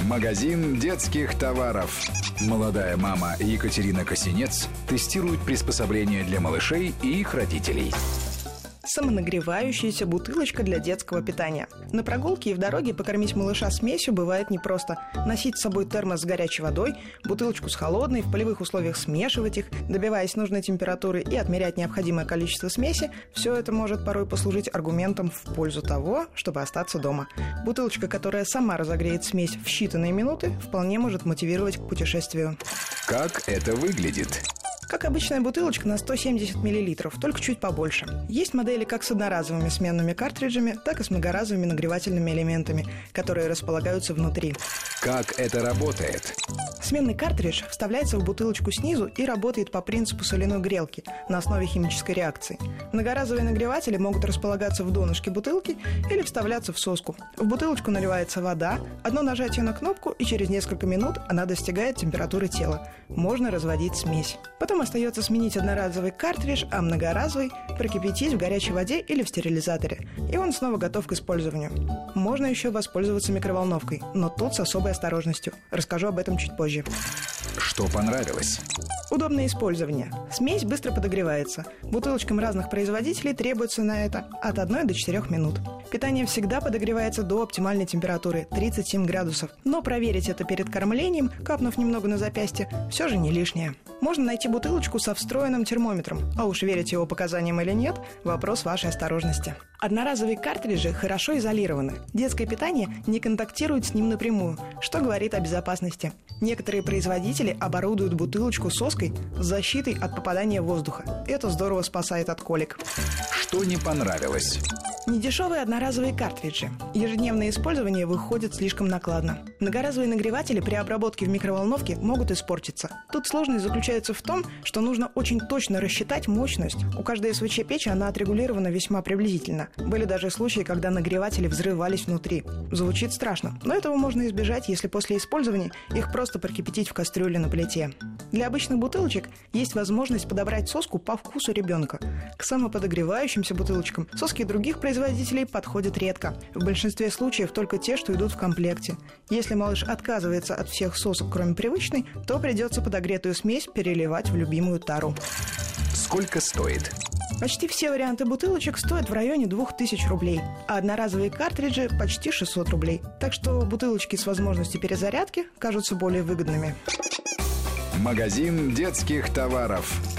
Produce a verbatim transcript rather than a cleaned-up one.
Магазин детских товаров. Молодая мама Екатерина Косинец тестирует приспособления для малышей и их родителей. Самонагревающаяся бутылочка для детского питания. На прогулке и в дороге покормить малыша смесью бывает непросто. Носить с собой термос с горячей водой, бутылочку с холодной, в полевых условиях смешивать их, добиваясь нужной температуры и отмерять необходимое количество смеси – все это может порой послужить аргументом в пользу того, чтобы остаться дома. Бутылочка, которая сама разогреет смесь в считанные минуты, вполне может мотивировать к путешествию. Как это выглядит? Как обычная бутылочка на сто семьдесят миллилитров, только чуть побольше. Есть модели как с одноразовыми сменными картриджами, так и с многоразовыми нагревательными элементами, которые располагаются внутри. Как это работает? Сменный картридж вставляется в бутылочку снизу и работает по принципу соляной грелки на основе химической реакции. Многоразовые нагреватели могут располагаться в донышке бутылки или вставляться в соску. В бутылочку наливается вода, одно нажатие на кнопку, и через несколько минут она достигает температуры тела. Можно разводить смесь. Потом остается сменить одноразовый картридж, а многоразовый прокипятить в горячей воде или в стерилизаторе. И он снова готов к использованию. Можно еще воспользоваться микроволновкой, но тут с особой осторожностью. Расскажу об этом чуть позже. Что понравилось? Удобное использование. Смесь быстро подогревается. Бутылочкам разных производителей требуется на это от одной до четырёх минут. Питание всегда подогревается до оптимальной температуры тридцать семь градусов. Но проверить это перед кормлением, капнув немного на запястье, все же не лишнее. Можно найти бутылочку со встроенным термометром, а уж верить его показаниям или нет – вопрос вашей осторожности. Одноразовые картриджи хорошо изолированы. Детское питание не контактирует с ним напрямую, что говорит о безопасности. Некоторые производители оборудуют бутылочку соской с защитой от попадания воздуха. Это здорово спасает от колик. Что не понравилось? Недешевые одноразовые картриджи. Ежедневное использование выходит слишком накладно. Многоразовые нагреватели при обработке в микроволновке могут испортиться. Тут сложность заключается в том, что нужно очень точно рассчитать мощность. У каждой СВЧ-печи она отрегулирована весьма приблизительно. Были даже случаи, когда нагреватели взрывались внутри. Звучит страшно, но этого можно избежать, если после использования их просто прокипятить в кастрюле на плите. Для обычных бутылочек есть возможность подобрать соску по вкусу ребенка. К самоподогревающимся бутылочкам соски других производителей подходят редко. В большинстве случаев только те, что идут в комплекте. Если малыш отказывается от всех сосок, кроме привычной, то придется подогретую смесь переливать в любимую тару. Сколько стоит? Почти все варианты бутылочек стоят в районе двух тысяч рублей, а одноразовые картриджи почти шестьсот рублей. Так что бутылочки с возможностью перезарядки кажутся более выгодными. Магазин детских товаров.